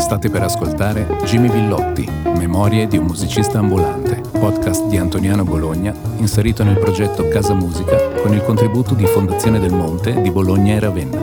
State per ascoltare Jimmy Villotti, Memorie di un musicista ambulante, podcast di Antoniano Bologna, inserito nel progetto Casa Musica con il contributo di Fondazione del Monte di Bologna e Ravenna.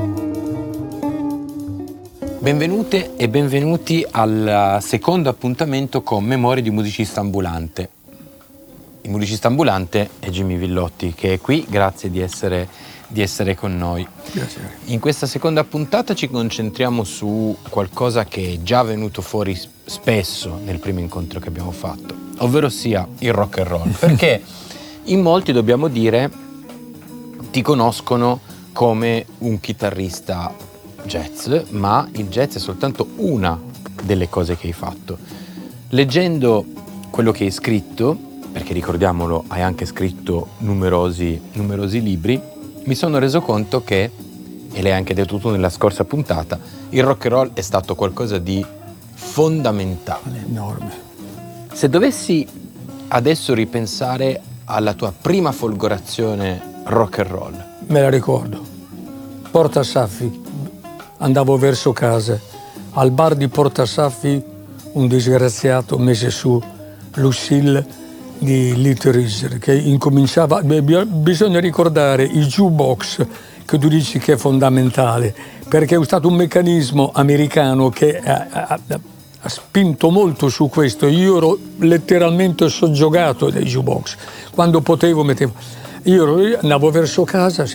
Benvenute e benvenuti al secondo appuntamento con Memorie di un musicista ambulante. Il musicista ambulante è Jimmy Villotti, che è qui, grazie di essere con noi. Piacere. In questa seconda puntata ci concentriamo su qualcosa che è già venuto fuori spesso nel primo incontro che abbiamo fatto, ovvero sia il rock and roll, perché in molti, dobbiamo dire, ti conoscono come un chitarrista jazz, ma il jazz è soltanto una delle cose che hai fatto. Leggendo quello che hai scritto, perché ricordiamolo, hai anche scritto numerosi libri, mi sono reso conto che, e l'hai anche detto tu nella scorsa puntata, il rock and roll è stato qualcosa di fondamentale. Enorme. Se dovessi adesso ripensare alla tua prima folgorazione rock and roll, Me la ricordo. Porta Saffi. Andavo verso casa. Al bar di Porta Saffi un disgraziato mise su Lucille di Little Richard, che incominciava. Bisogna ricordare il jukebox, che tu dici che è fondamentale, perché è stato un meccanismo americano che ha spinto molto su questo. Io ero letteralmente soggiogato dai jukebox. Quando potevo mettevo. Io andavo verso casa,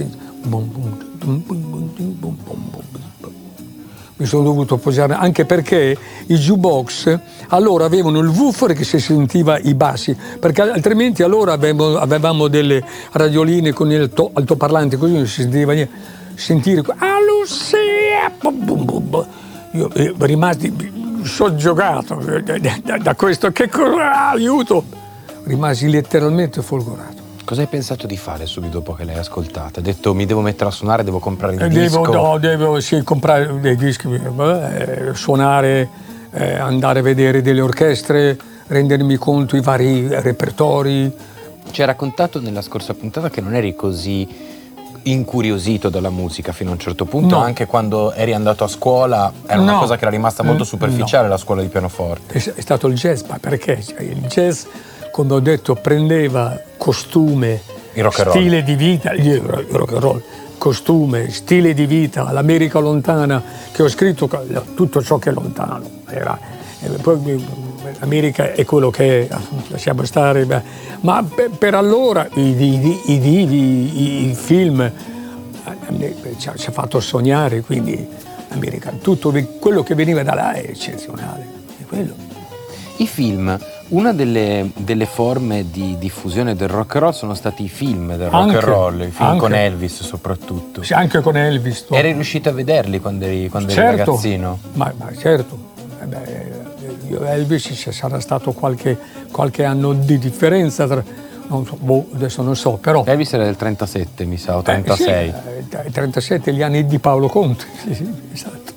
mi sono dovuto appoggiare, anche perché i jukebox allora avevano il woofer che si sentiva i bassi, perché altrimenti allora avevamo delle radioline con il altoparlante, così non si sentiva niente. Sentire Lucia, io rimasi soggiogato da questo, che cosa, aiuto, rimasi letteralmente folgorato. cosa hai pensato di fare subito dopo che l'hai ascoltata? Hai detto mi devo mettere a suonare, devo comprare il disco? Devo comprare dei dischi, suonare, andare a vedere delle orchestre, rendermi conto i vari repertori. Ci hai raccontato nella scorsa puntata che non eri così incuriosito dalla musica fino a un certo punto, No. Anche quando eri andato a scuola era una cosa che era rimasta molto superficiale, no. La scuola di pianoforte. È stato il jazz, ma perché? Il jazz, come ho detto, prendeva costume, Il rock and roll. stile di vita, il rock and roll, costume, stile di vita, l'America lontana, che ho scritto tutto ciò che è lontano. Poi l'America è quello che è, lasciamo stare, ma per allora i divi, i film ci ha fatto sognare, quindi l'America, tutto quello che veniva da là è eccezionale, è quello. I film, una delle forme di diffusione del rock and roll sono stati i film del rock and roll, i film con Elvis soprattutto. Sì, anche con Elvis. Eri riuscito a vederli quando eri Certo, ragazzino? Ma certo. Io e Elvis ci sarà stato qualche anno di differenza tra, non so, adesso non so, però. Elvis era del 37, mi sa, o 36. Sì, 37, gli anni di Paolo Conte. Sì, esatto.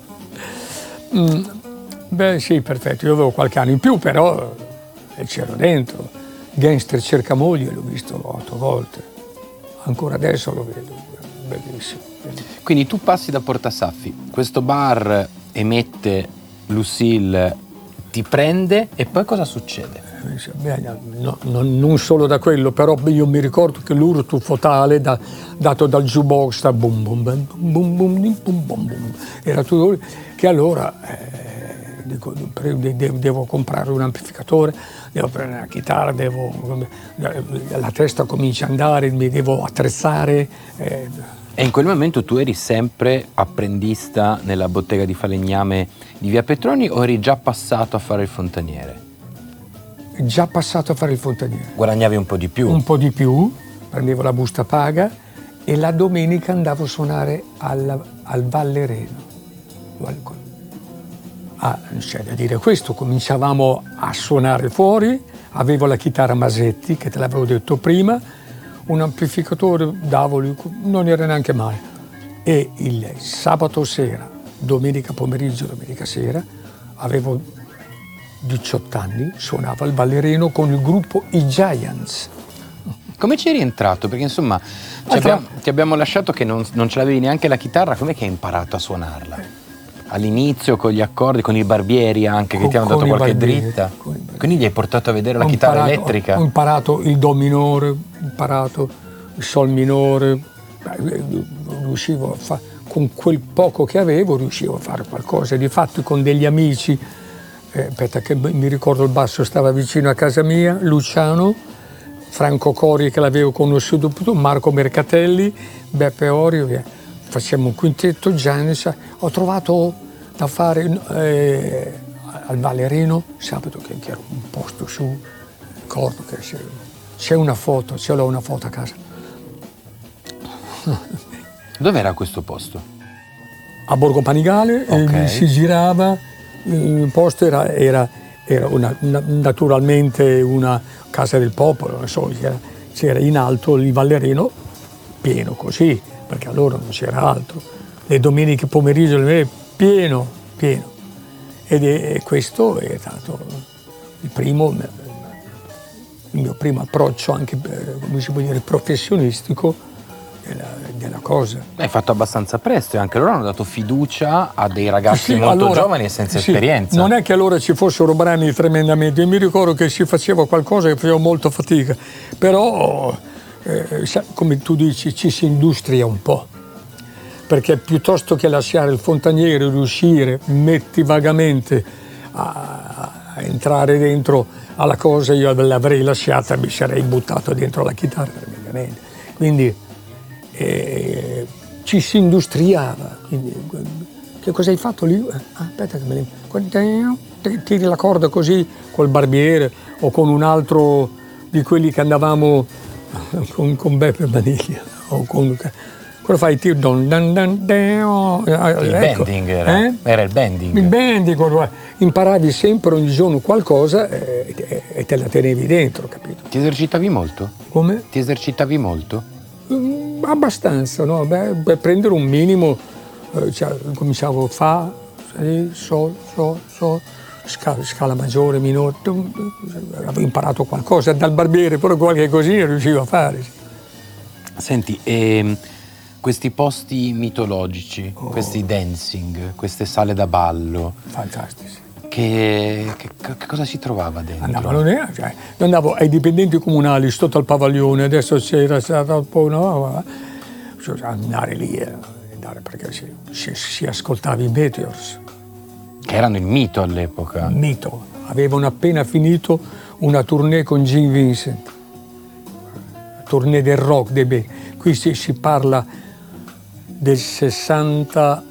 Sì, perfetto, io avevo qualche anno in più, però c'ero dentro. Gangster cerca moglie, l'ho visto 8 volte. Ancora adesso lo vedo, bellissimo. Quindi tu passi da Porta Saffi, questo bar emette Lucille, ti prende e poi cosa succede? No, non solo da quello, però io mi ricordo che l'urto fotale dato dal jukebox, da bum bum bum bum bum bum bum bum, era tutto che allora dico, devo comprare un amplificatore, devo prendere una chitarra, la testa comincia a andare, mi devo attrezzare. E in quel momento tu eri sempre apprendista nella bottega di falegname di Via Petroni o eri già passato a fare il fontaniere? Già passato a fare il fontaniere. Guadagnavi un po' di più? Un po' di più, prendevo la busta paga e la domenica andavo a suonare al Vallereno. C'è da dire questo, cominciavamo a suonare fuori, avevo la chitarra Masetti, che te l'avevo detto prima, un amplificatore, davoli, non era neanche male. E il sabato sera, domenica pomeriggio, domenica sera, avevo 18 anni, suonavo al Vallereno con il gruppo I Giants. Come ci eri entrato? Perché insomma ti abbiamo lasciato che non ce l'avevi neanche la chitarra, com'è che hai imparato a suonarla? all'inizio con gli accordi, con i barbieri anche che ti hanno dato qualche dritta. Quindi gli hai portato a vedere la chitarra elettrica? Ho imparato il do minore, ho imparato il sol minore, riuscivo a fare, con quel poco che avevo riuscivo a fare qualcosa. Difatti con degli amici, aspetta che mi ricordo il basso stava vicino a casa mia, Luciano, Franco Cori che l'avevo conosciuto, Marco Mercatelli, Beppe Orio, facciamo un quintetto, Giannis. Ho trovato da fare al Valerino sabato che era un posto su, ricordo che c'è una foto, ce l'ho una foto a casa. Dov'era questo posto? A Borgo Panigale, Okay. si girava, il posto era naturalmente una casa del popolo, non so, c'era in alto il Valerino pieno così, perché allora non c'era altro. Le domeniche pomeriggio pieno. E questo è stato il mio primo approccio anche, come si può dire, professionistico della cosa. L'hai fatto abbastanza presto e anche loro hanno dato fiducia a dei ragazzi Sì, molto allora, giovani e senza sì, esperienza. Non è che allora ci fossero brani tremendamente, io mi ricordo che si faceva qualcosa che facevo molto fatica, però come tu dici ci si industria un po', perché piuttosto che lasciare il fontaniere riuscire, metti vagamente a entrare dentro alla cosa, io l'avrei lasciata, mi sarei buttato dentro la chitarra tremendamente. Quindi ci si industriava. Quindi, che cosa hai fatto lì? Aspetta che me ne... Tiri la corda così col barbiere o con un altro di quelli che andavamo con Beppe Maniglia o con... Quello fai tiro il bending era il bending. Il bending, imparavi sempre ogni giorno qualcosa e te la tenevi dentro, capito? Ti esercitavi molto? Come? Ti esercitavi molto? Abbastanza, no? Per prendere un minimo, cominciavo fa, sol, scala maggiore, minore, avevo imparato qualcosa dal barbiere, però qualche cosina riuscivo a fare. Senti, questi posti mitologici, questi dancing, queste sale da ballo, Fantastici. che cosa si trovava dentro? Andavo ai dipendenti comunali sotto al pavaglione, adesso c'era stato un po', no? Andare lì, perché si ascoltava i Meteors. Che erano il mito all'epoca. Mito. Avevano appena finito una tournée con Gene Vincent, tournée del rock, qui si parla del 62,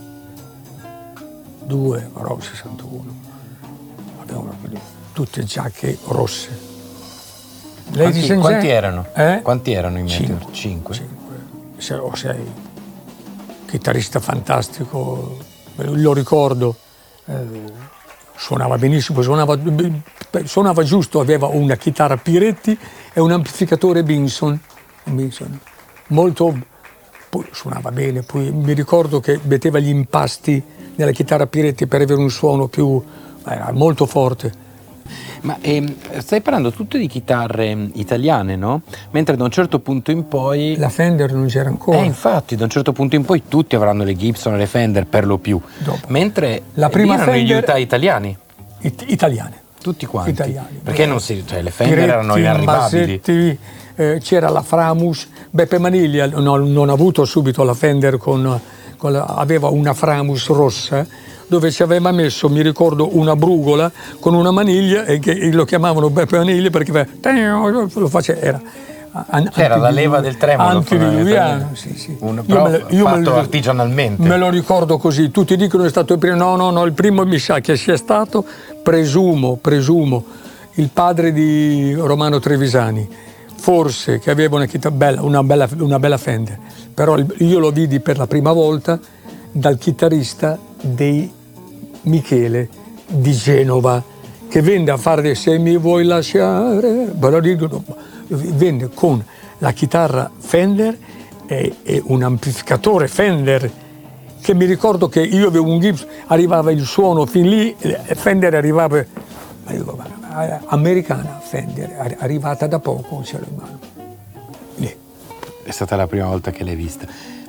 però 61. Avevano tutte giacche rosse. Quanti erano? Quanti erano i Meteor? 5. 6 o 6. Chitarrista fantastico, lo ricordo. Suonava benissimo, suonava giusto, aveva una chitarra Piretti e un amplificatore Binson. Molto, poi suonava bene, poi mi ricordo che metteva gli impasti nella chitarra Piretti per avere un suono più, era molto forte. Ma stai parlando tutte di chitarre italiane, no? Mentre da un certo punto in poi... La Fender non c'era ancora. Infatti, da un certo punto in poi tutti avranno le Gibson e le Fender per lo più. Dopo. Mentre la prima erano Fender... gli Utah italiani. Italiane. Tutti quanti. Italiani. Perché non si... Cioè, le Fender Piretti, erano inarrivabili. Bassetti, c'era la Framus, Beppe Maniglia non ha avuto subito la Fender aveva una Framus rossa dove ci aveva messo, mi ricordo, una brugola con una maniglia e che lo chiamavano Beppe Maniglia perché lo faceva, c'era la leva del tremolo antidiluviano, sì. Fatto artigianalmente. Me lo ricordo così, tutti dicono è stato il primo, no, il primo mi sa che sia stato, presumo, il padre di Romano Trevisani, forse, che aveva una chitarra bella, una bella Fender, però io lo vidi per la prima volta dal chitarrista dei Michele di Genova, che venne a fare Se mi vuoi lasciare, venne con la chitarra Fender e un amplificatore Fender, che mi ricordo che io avevo un Gibson, arrivava il suono fin lì, Fender arrivava, americana Fender, arrivata da poco, ce l'ho in mano. Lì. È stata la prima volta che l'hai vista.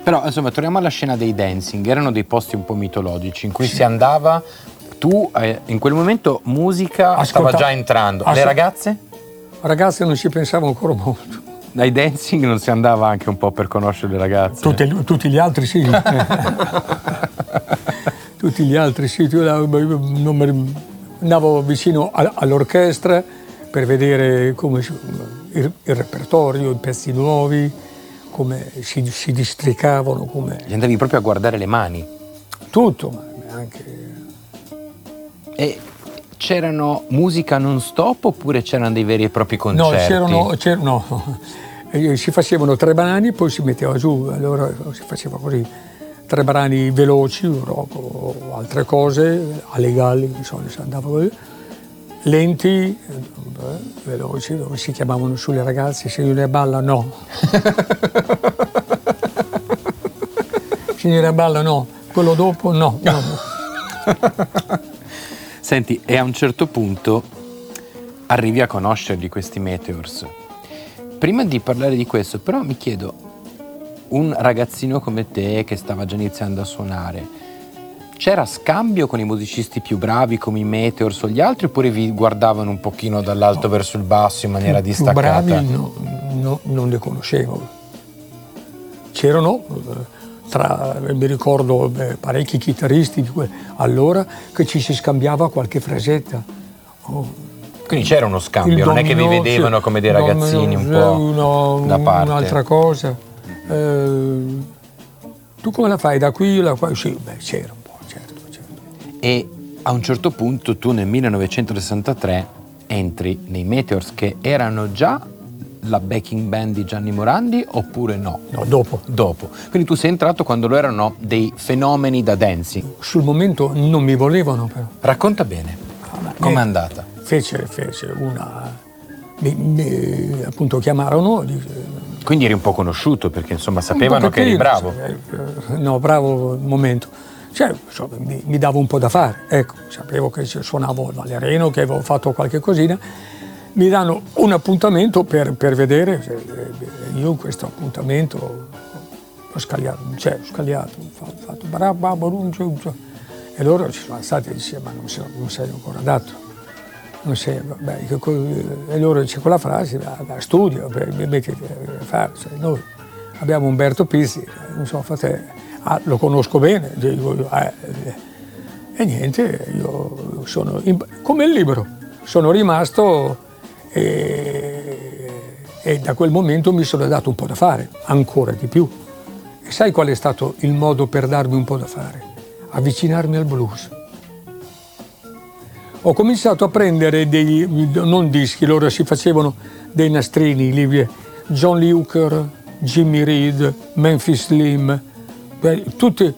Però insomma torniamo alla scena dei dancing, erano dei posti un po' mitologici in cui si andava, tu in quel momento musica stava già entrando, le ragazze? Ragazze non ci pensavo ancora molto. Dai dancing non si andava anche un po' per conoscere le ragazze? Tutti gli altri sì. Tutti gli altri sì. Andavo vicino all'orchestra per vedere come il repertorio, i pezzi nuovi, come si districavano. Gli andavi proprio a guardare le mani? Tutto, ma anche... E c'erano musica non stop oppure c'erano dei veri e propri concerti? No, si facevano 3 brani, poi si metteva giù, allora si faceva così, 3 brani veloci, rock o altre cose, illegali, insomma, si andava così, lenti, veloci, dove si chiamavano sulle ragazze, signora Balla no. Signora Balla no, quello dopo no. Senti, e a un certo punto arrivi a conoscerli questi Meteors. Prima di parlare di questo, però mi chiedo, un ragazzino come te che stava già iniziando a suonare, c'era scambio con i musicisti più bravi come i Meteors o gli altri, oppure vi guardavano un pochino dall'alto verso il basso in maniera distaccata? Più bravi non li conoscevo. C'erano... mi ricordo parecchi chitarristi allora che ci si scambiava qualche frasetta. Quindi c'era uno scambio, non è che vi vedevano come dei ragazzini un po' da parte. Un'altra cosa. Tu come la fai? Da qui là qua? Sì, c'era un po', certo. E a un certo punto tu nel 1963 entri nei Meteors, che erano già la backing band di Gianni Morandi oppure no? No, dopo. Quindi tu sei entrato quando loro erano dei fenomeni da dancing. Sul momento non mi volevano però. Racconta bene, com'è andata? Fece una... Mi appunto chiamarono. Quindi eri un po' conosciuto perché insomma sapevano che eri bravo. No, bravo momento. Cioè, insomma, mi davo un po' da fare. Ecco, sapevo che suonavo il Valereno, che avevo fatto qualche cosina. Mi danno un appuntamento per vedere, io questo appuntamento ho scagliato, ho fatto bravo, e loro ci sono stati e dicevano, ma non sei ancora dato, non sei, e loro c'è quella frase, da studio, mettiti a fare, cioè, noi abbiamo Umberto Pizzi, non so, lo conosco bene, dico, e niente, io sono, come il libro, sono rimasto. E da quel momento mi sono dato un po' da fare, ancora di più. E sai qual è stato il modo per darmi un po' da fare? Avvicinarmi al blues. Ho cominciato a prendere non dischi, loro si facevano dei nastrini, lì, John Lee Hooker, Jimmy Reed, Memphis Slim, tutto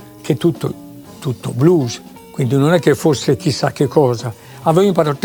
blues, quindi non è che fosse chissà che cosa. Avevo imparato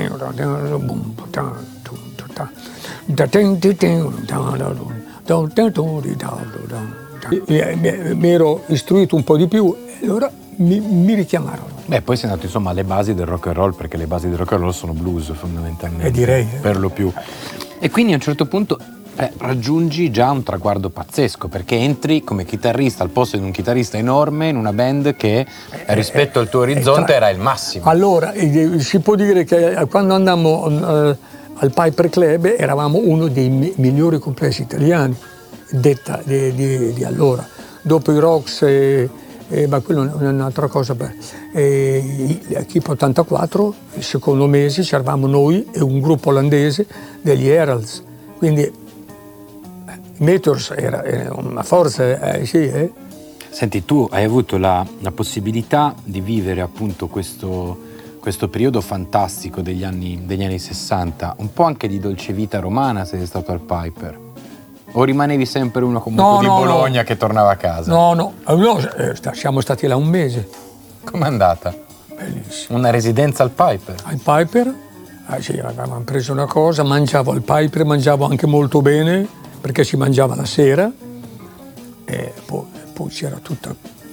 mi ero istruito un po' di più e allora mi richiamarono. Poi sei andato insomma alle basi del rock and roll, perché le basi del rock and roll sono blues fondamentalmente. Direi. Per lo più. E quindi a un certo punto raggiungi già un traguardo pazzesco, perché entri come chitarrista al posto di un chitarrista enorme in una band che rispetto al tuo orizzonte era il massimo. Allora, si può dire che quando andammo al Piper Club eravamo uno dei migliori complessi italiani detta di allora. Dopo i Rocks, ma quello è un'altra cosa. L'Equipe 84, il secondo mese c'eravamo noi e un gruppo olandese degli Heralds, quindi Meteors era una forza, sì. Senti, tu hai avuto la possibilità di vivere appunto questo periodo fantastico degli anni 60, un po' anche di dolce vita romana. Sei stato al Piper? O rimanevi sempre uno comunque di Bologna che tornava a casa? No, siamo stati là un mese. Com'è andata? Bellissimo. Una residenza al Piper? Al Piper? Sì, avevamo preso una cosa, mangiavo al Piper, mangiavo anche molto bene, perché si mangiava la sera, e poi c'era tutto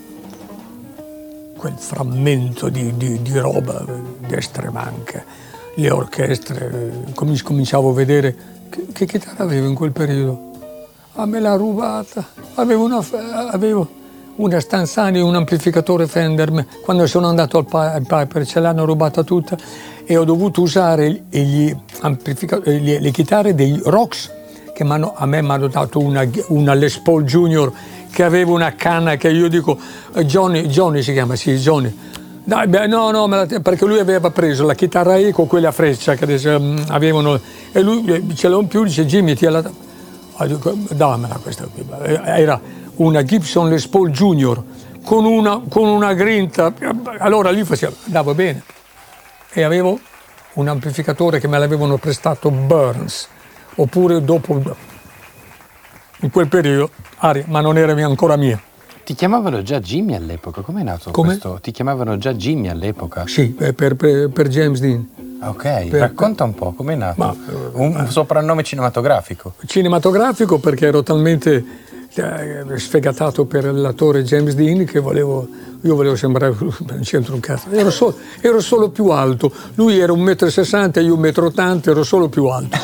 quel frammento di roba destra e manca, le orchestre, cominciavo a vedere che chitarra avevo in quel periodo. me l'ha rubata. Avevo una stanzana e un amplificatore Fender. Quando sono andato al Piper ce l'hanno rubata tutta e ho dovuto usare le chitarre dei Rox, che a me mi hanno dato una Les Paul Junior che aveva una canna che io dico, Johnny si chiama, sì, Johnny. Dai, no, perché lui aveva preso la chitarra Eco, quella a freccia che adesso avevano, e lui ce l'ho in più, dice Jimmy, dammela questa qui. Era una Gibson Les Paul Junior con una grinta, allora lì andava bene. E avevo un amplificatore che me l'avevano prestato Burns, oppure dopo, in quel periodo, ma non era ancora mia. Ti chiamavano già Jimmy all'epoca? Com'è nato questo? Ti chiamavano già Jimmy all'epoca? Sì, per James Dean. Ok, racconta un po', com'è nato? Un soprannome cinematografico? Cinematografico perché ero talmente sfegatato per l'attore James Dean che io volevo sembrare non c'entro un cazzo. Ero solo più alto. Lui era 1,60 m, io 1,80 m, ero solo più alto.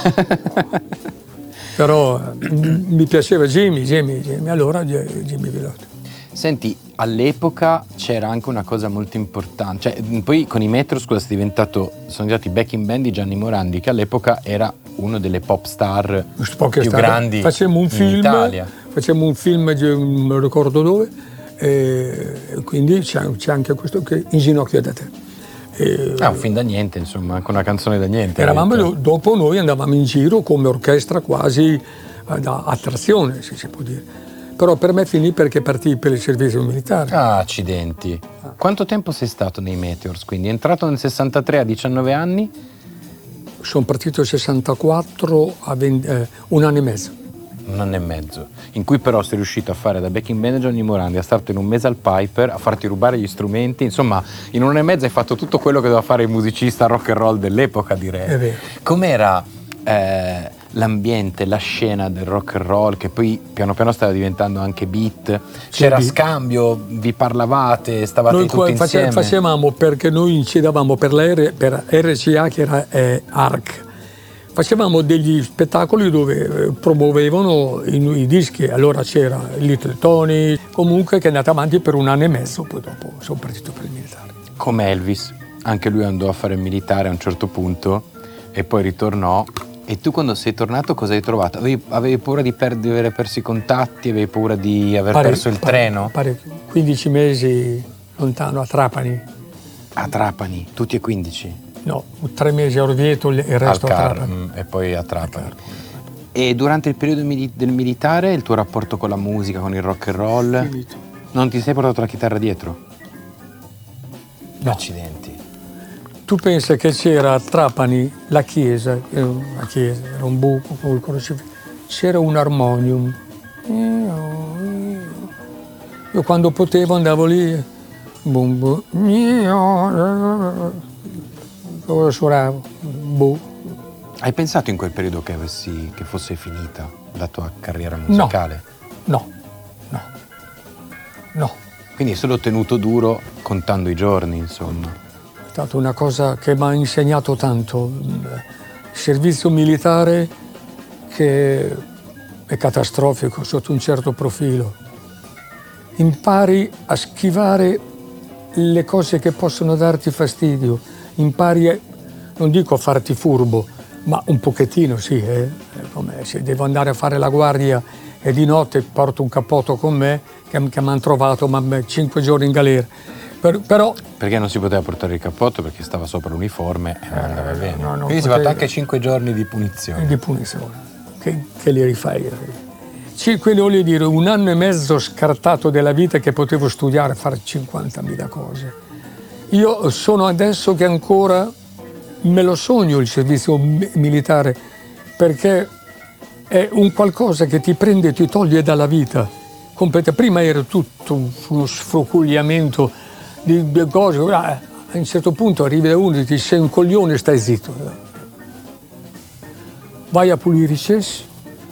Però mi piaceva Jimmy, allora Jimmy Villotti. Senti, all'epoca c'era anche una cosa molto importante, cioè poi con i Metro, scusa, sono diventati backing band di Gianni Morandi, che all'epoca era uno delle pop star più grandi in Italia. Facemmo un film, non ricordo dove, e quindi c'è anche questo che In ginocchio da te. Un film da niente, insomma, anche una canzone da niente. Dopo noi andavamo in giro come orchestra quasi da attrazione, se si può dire. Però per me finì perché partii per il servizio militare. Ah, accidenti. Quanto tempo sei stato nei Meteors? Quindi è entrato nel 63 a 19 anni? Sono partito nel 64 a 1 anno e mezzo. 1 anno e mezzo, in cui però sei riuscito a fare da backing band di Gianni Morandi, a starti in un mese al Piper, a farti rubare gli strumenti, insomma in 1 anno e mezzo hai fatto tutto quello che doveva fare il musicista rock and roll dell'epoca, direi. È vero. Com'era l'ambiente, la scena del rock and roll, che poi piano piano stava diventando anche beat? C'era scambio, vi parlavate, stavate tutti insieme? Facevamo, perché noi incidavamo per RCA che era ARC. Facevamo degli spettacoli dove promuovevano i dischi, allora c'era Little Tony, comunque che è andato avanti per 1 anno e mezzo, poi dopo sono partito per il militare. Come Elvis, anche lui andò a fare il militare a un certo punto e poi ritornò. E tu quando sei tornato cosa hai trovato? Avevi paura di aver perso i contatti? Avevi paura di aver perso il treno? 15 mesi lontano a Trapani. A Trapani, tutti e 15? No, 3 mesi a Orvieto e il resto a Trapani. E poi a Trapani. E durante il periodo del militare il tuo rapporto con la musica, con il rock and roll? Finito. Non ti sei portato la chitarra dietro? No. Accidenti. Tu pensa che c'era a Trapani la chiesa, era un buco, come c'era un armonium. Io quando potevo andavo lì, suonavo. Hai pensato in quel periodo che fosse finita la tua carriera musicale? No. Quindi hai solo tenuto duro contando i giorni, insomma. È stata una cosa che mi ha insegnato tanto. Il servizio militare che è catastrofico sotto un certo profilo. Impari a schivare le cose che possono darti fastidio. Impari, non dico a farti furbo, ma un pochettino sì. Se devo andare a fare la guardia e di notte porto un cappotto con me che mi hanno trovato 5 giorni in galera. Però perché non si poteva portare il cappotto perché stava sopra l'uniforme e non andava bene. Quindi si è fatto anche 5 giorni di punizione. Che li rifai. Quindi voglio dire, 1 anno e mezzo scartato della vita che potevo studiare, fare 50.000 cose. Io sono adesso che ancora me lo sogno il servizio militare, perché è un qualcosa che ti prende e ti toglie dalla vita. Prima era tutto uno sfrocugliamento di cose, a un certo punto arrivi da uno e ti dice sei un coglione, stai zitto. Vai a pulire i cessi.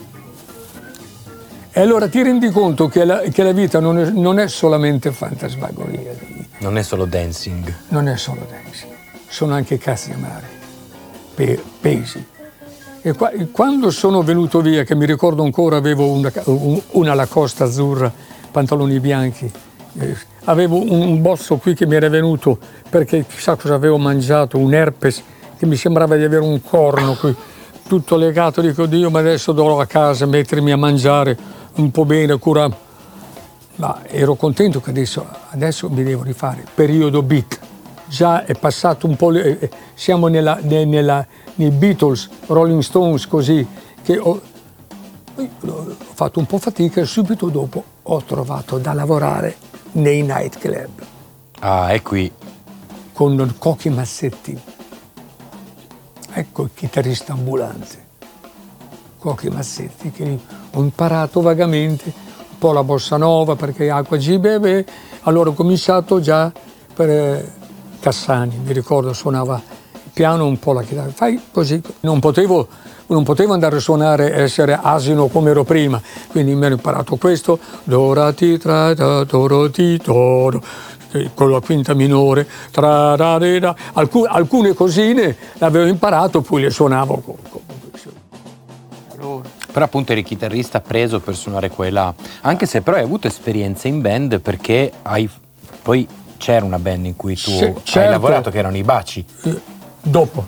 E allora ti rendi conto che la vita non è solamente fantasmagoria. Non è solo dancing. Non è solo dancing. Sono anche cazzi amari, pesi. E quando sono venuto via, che mi ricordo ancora, avevo una Lacoste azzurra, pantaloni bianchi, avevo un bozzo qui che mi era venuto perché chissà cosa avevo mangiato, un herpes, che mi sembrava di avere un corno qui, tutto legato. Dico, Dio, ma adesso dovrò a casa mettermi a mangiare un po' bene, curare. Ma ero contento che adesso mi devo rifare periodo beat. Già è passato un po', siamo nei Beatles, Rolling Stones, così, che ho fatto un po' fatica e subito dopo ho trovato da lavorare nei nightclub. Ah, è qui. Con Cochi Massetti. Ecco il chitarrista ambulante. Cochi Massetti, che ho imparato vagamente un po' la bossa nova, perché Acqua G beve. Allora ho cominciato già per Cassani, mi ricordo, suonava il piano, un po' la chitarra. Fai così. Non potevo andare a suonare, essere asino come ero prima, quindi mi ero imparato questo, Dora ti tra da doro ti toro, con la quinta minore, tra da da. Alcune cosine le avevo imparato, poi le suonavo. Allora. Però appunto eri chitarrista preso per suonare qua e là, anche se però hai avuto esperienze in band, perché poi c'era una band in cui tu certo. Hai lavorato, che erano i Baci. Dopo.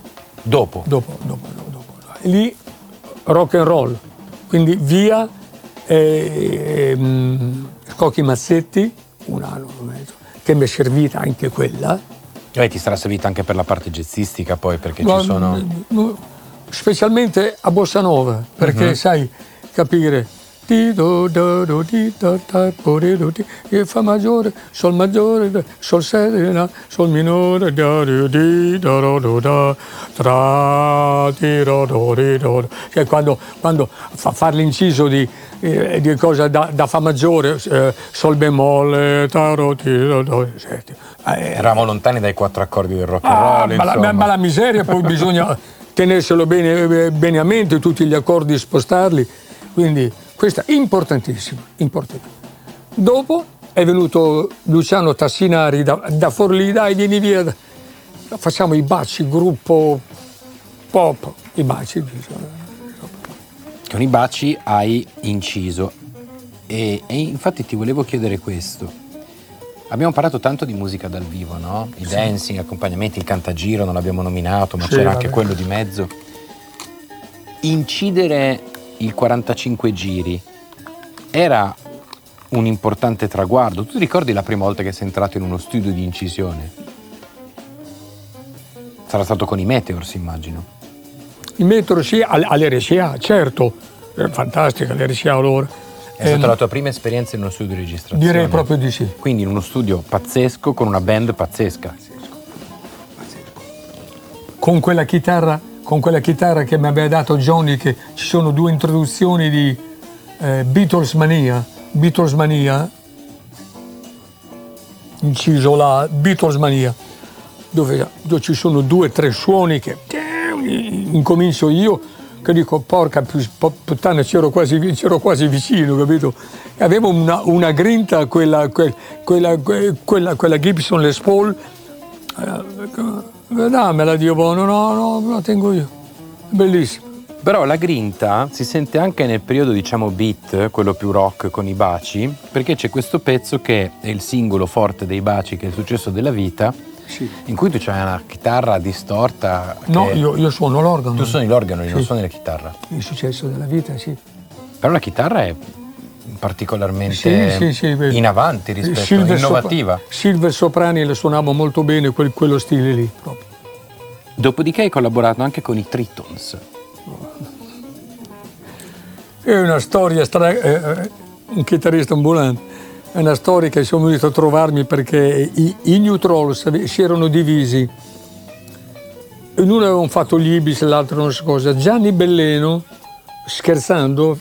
Lì rock and roll, quindi via Cochi Massetti, un anno e mezzo, che mi è servita anche quella. Ti sarà servita anche per la parte jazzistica poi, perché ci sono... Specialmente a Bossa Nova, perché sai capire Fa maggiore, Sol serena, Sol minore, cioè quando far l'inciso di cosa da Fa maggiore, Sol bemolle, eravamo lontani dai 4 accordi del rock and roll, ma la miseria, poi bisogna tenerselo bene a mente, tutti gli accordi, spostarli, quindi questo è importantissimo. Dopo è venuto Luciano Tassinari da Forlì, dai, vieni via, facciamo i Baci, gruppo pop, i Baci. Con i Baci hai inciso e infatti ti volevo chiedere questo. Abbiamo parlato tanto di musica dal vivo, no? I dancing, accompagnamenti, il cantagiro non l'abbiamo nominato, ma c'era anche quello di mezzo. Incidere il 45 giri era un importante traguardo. Tu ti ricordi la prima volta che sei entrato in uno studio di incisione? Sarà stato con i Meteors, immagino. I Meteors, sì, all'RCA, certo. Fantastica l'RCA allora. È stata la tua prima esperienza in uno studio di registrazione? Direi proprio di sì. Quindi in uno studio pazzesco, con una band pazzesca. Con quella chitarra che mi aveva dato Johnny, che ci sono 2 introduzioni di Beatles Mania, inciso là, Beatles Mania, dove ci sono 2 o 3 suoni che incomincio io, che dico, porca puttana, c'ero quasi vicino, capito? E avevo una grinta, quella Gibson Les Paul, dammela Dio buono, no, la tengo io, bellissima. Però la grinta si sente anche nel periodo, diciamo, beat, quello più rock con i Baci, perché c'è questo pezzo che è il singolo forte dei Baci, che è Il successo della vita, sì, in cui tu c'hai una chitarra distorta. No, io suono l'organo. Tu suoni l'organo, io non sì, suoni la chitarra. Il successo della vita, sì. Però la chitarra è particolarmente in avanti rispetto, innovativa. Silver Soprani le suonavo molto bene, quello stile lì proprio. Dopodiché hai collaborato anche con i Tritons. È una storia, un chitarrista ambulante, è una storia che sono venuto a trovarmi perché i New Trolls si erano divisi. In uno avevano fatto gli Ibis, l'altro non so cosa. Gianni Belleno, scherzando,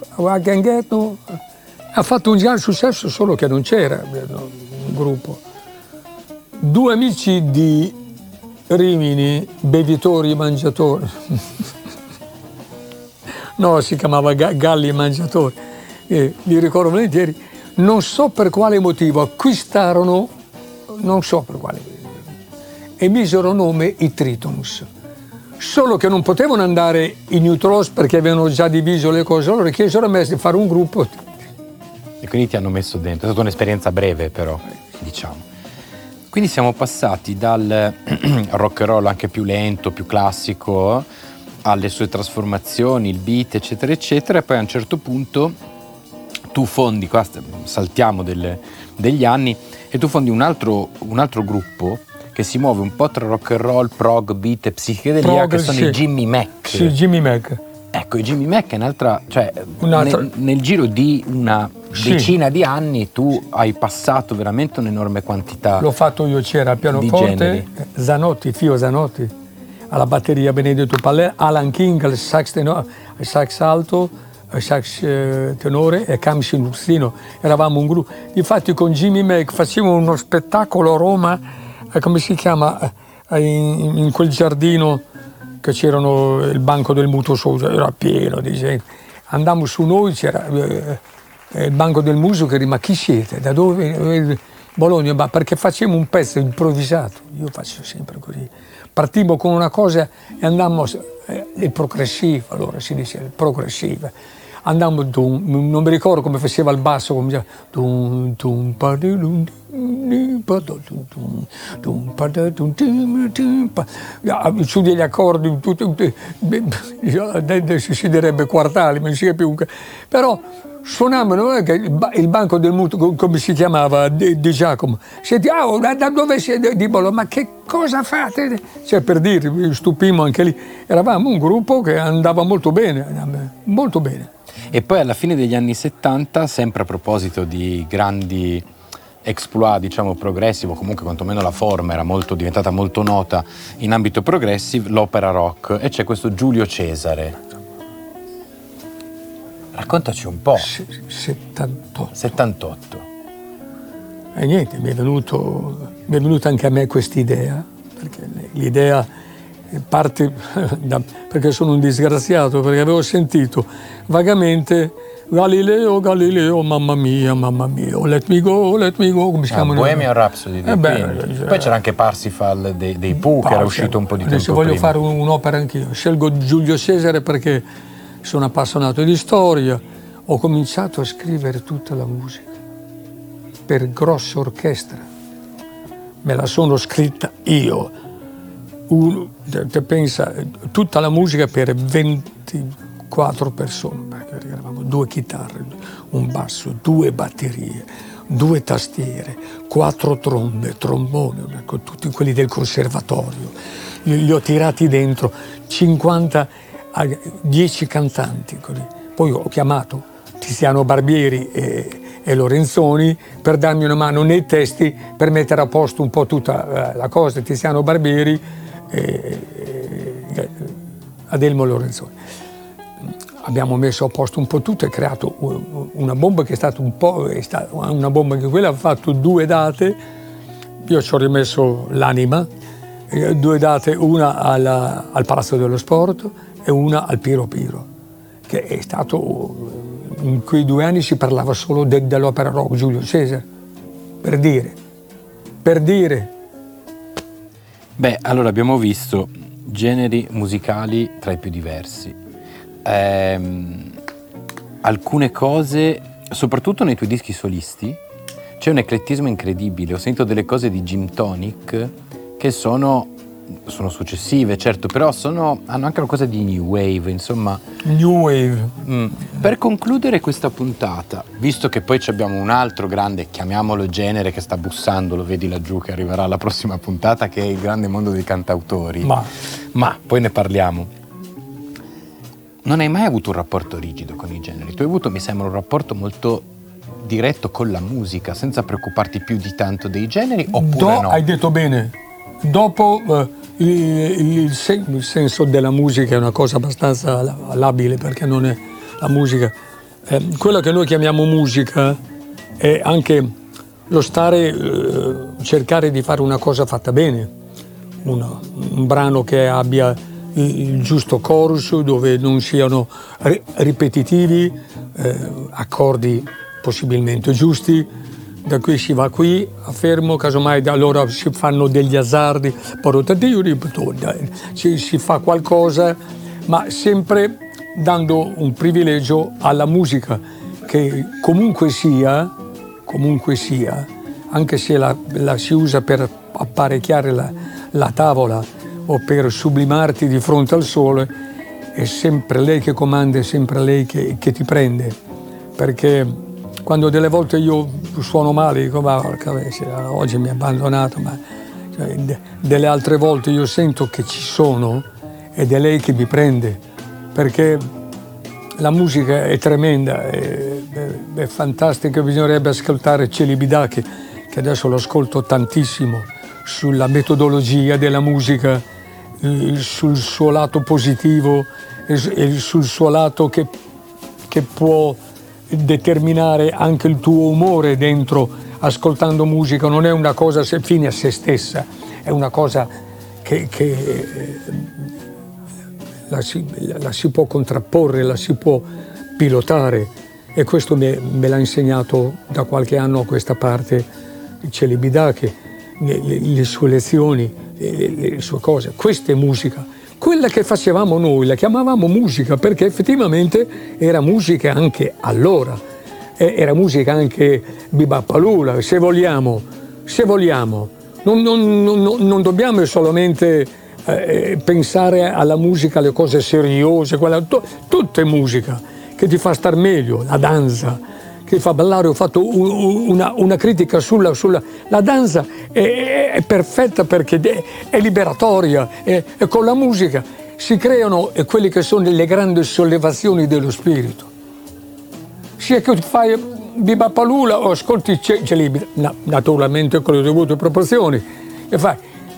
ha fatto un gran successo, solo che non c'era un gruppo. 2 amici di Rimini, bevitori e mangiatori. No, si chiamava Galli e Mangiatori. Li ricordo volentieri. Non so per quale motivo acquistarono, non so per quale motivo, e misero nome i Tritons. Solo che non potevano andare in New Trust perché avevano già diviso le cose, allora chiesero a me di fare un gruppo. E quindi ti hanno messo dentro, è stata un'esperienza breve però, diciamo. Quindi siamo passati dal rock and roll anche più lento, più classico, alle sue trasformazioni, il beat, eccetera, eccetera, e poi a un certo punto tu fondi, qua saltiamo degli anni, e tu fondi un altro gruppo che si muove un po' tra rock and roll, prog, beat e psichedelia, che sono i Jimmy Mac. Sì, Jimmy Mac. Ecco, i Jimmy Mac è un'altra, cioè nel giro di una decina di anni tu hai passato veramente un'enorme quantità. L'ho fatto io, c'era al pianoforte Zanotti, Fio Zanotti, alla batteria Benedetto Pallè, Alan King al sax alto, al sax tenore e Camsi Luzzino. Eravamo un gruppo. Infatti con Jimmy Mac facevamo uno spettacolo a Roma, come si chiama, in quel giardino che c'erano il banco del mutuo sociale, era pieno di gente. Andammo su noi, c'era il banco del muso che ma chi siete? Da dove? Bologna, ma perché facciamo un pezzo improvvisato. Io faccio sempre così. Partimmo con una cosa e andammo il progressivo, allora si dice il progressivo. Andammo, non mi ricordo come faceva il basso, come su degli accordi, adesso si direbbe quartali, ma non si capisce. Però suonavano il banco del mutuo, come si chiamava, di Giacomo. Senti, da dove siete? Di Bologna, ma che cosa fate? Cioè, per dire, stupimmo anche lì. Eravamo un gruppo che andava molto bene, molto bene. E poi alla fine degli anni 70, sempre a proposito di grandi exploit, diciamo, progressive, o comunque quantomeno la forma era diventata molto nota in ambito progressive, l'opera rock, e c'è questo Giulio Cesare. Raccontaci un po'. 78. E niente, mi è venuta anche a me quest'idea, perché l'idea parte perché sono un disgraziato, perché avevo sentito vagamente Galileo, mamma mia, let me go, come si chiama? Bohemian Rhapsody di Queen. Poi c'era anche Parsifal dei Pooh, che era uscito un po' di tempo prima. Adesso voglio fare un'opera anch'io. Scelgo Giulio Cesare perché sono appassionato di storia. Ho cominciato a scrivere tutta la musica per grossa orchestra. Me la sono scritta io. Pensa, tutta la musica per 24 persone, perché eravamo 2 chitarre, un basso, 2 batterie, 2 tastiere, 4 trombe, trombone, tutti quelli del conservatorio. Li ho tirati dentro, 50 a 10 cantanti. Così. Poi ho chiamato Tiziano Barbieri e Lorenzoni per darmi una mano nei testi, per mettere a posto un po' tutta la cosa. Tiziano Barbieri Adelmo Lorenzoni. Abbiamo messo a posto un po' tutto e creato una bomba che è stata una bomba che quella ha fatto 2 date. Io ci ho rimesso l'anima, 2 date, una al Palazzo dello Sport e una al Piro Piro, che è stato, in quei 2 anni si parlava solo dell'opera rock Giulio Cesare, per dire. Beh, allora abbiamo visto generi musicali tra i più diversi. Alcune cose, soprattutto nei tuoi dischi solisti, c'è un eclettismo incredibile. Ho sentito delle cose di Gin Tonic che sono successive, certo, però hanno anche una cosa di New Wave, insomma. New Wave. Per concludere questa puntata, visto che poi abbiamo un altro grande, chiamiamolo genere, che sta bussando, lo vedi laggiù, che arriverà alla prossima puntata, che è il grande mondo dei cantautori. Ma poi ne parliamo. Non hai mai avuto un rapporto rigido con i generi. Tu hai avuto, mi sembra, un rapporto molto diretto con la musica, senza preoccuparti più di tanto dei generi, oppure no? Hai detto bene. Dopo il senso della musica è una cosa abbastanza labile, perché non è la musica. Quella che noi chiamiamo musica è anche lo cercare di fare una cosa fatta bene, un brano che abbia il giusto chorus, dove non siano ripetitivi, accordi possibilmente giusti, da qui si va qui a Fermo, casomai da allora si fanno degli azzardi, si fa qualcosa, ma sempre dando un privilegio alla musica, che comunque sia, anche se la si usa per apparecchiare la tavola o per sublimarti di fronte al sole, è sempre lei che comanda, è sempre lei che ti prende, perché quando delle volte io suono male dico ma oggi mi ha abbandonato, ma cioè, delle altre volte io sento che ci sono ed è lei che mi prende, perché la musica è tremenda, è fantastica. Bisognerebbe ascoltare Celibidache, che adesso lo ascolto tantissimo, sulla metodologia della musica, sul suo lato positivo e sul suo lato che può determinare anche il tuo umore dentro ascoltando musica. Non è una cosa fine a se stessa, è una cosa che la si può contrapporre, la si può pilotare, e questo me l'ha insegnato da qualche anno a questa parte Celibidache, le sue lezioni, le sue cose. Questa è musica. Quella che facevamo noi la chiamavamo musica perché effettivamente era musica anche allora, era musica anche Bibapalula, se vogliamo. Non dobbiamo solamente pensare alla musica, alle cose seriose, tutta è musica che ti fa star meglio, la danza che fa ballare. Ho fatto una critica sulla la danza, è perfetta perché è liberatoria, e con la musica si creano quelle che sono le grandi sollevazioni dello spirito. Sia che fai Bibapalula o ascolti Celibida, naturalmente con le dovute proporzioni, e fai,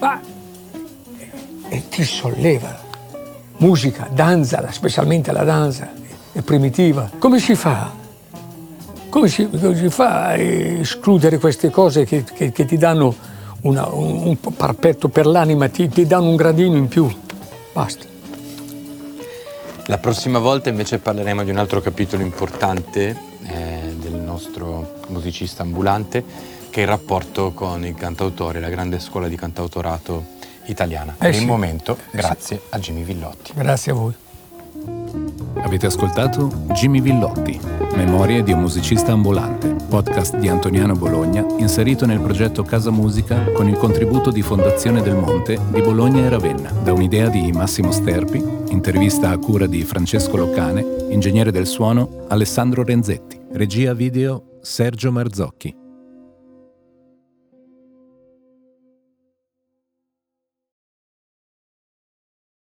e ti solleva. Musica, danza, specialmente la danza è primitiva. Come si fa? Come si fa a escludere queste cose che ti danno un parapetto per l'anima, ti danno un gradino in più? Basta. La prossima volta invece parleremo di un altro capitolo importante del nostro musicista ambulante, che è il rapporto con il cantautore, la grande scuola di cantautorato italiana. Per il momento, grazie a Jimmy Villotti. Grazie a voi. Avete ascoltato Jimmy Villotti, Memorie di un musicista ambulante, podcast di Antoniano Bologna, inserito nel progetto Casa Musica con il contributo di Fondazione del Monte di Bologna e Ravenna, da un'idea di Massimo Sterpi, intervista a cura di Francesco Loccane, ingegnere del suono Alessandro Renzetti, regia video Sergio Marzocchi.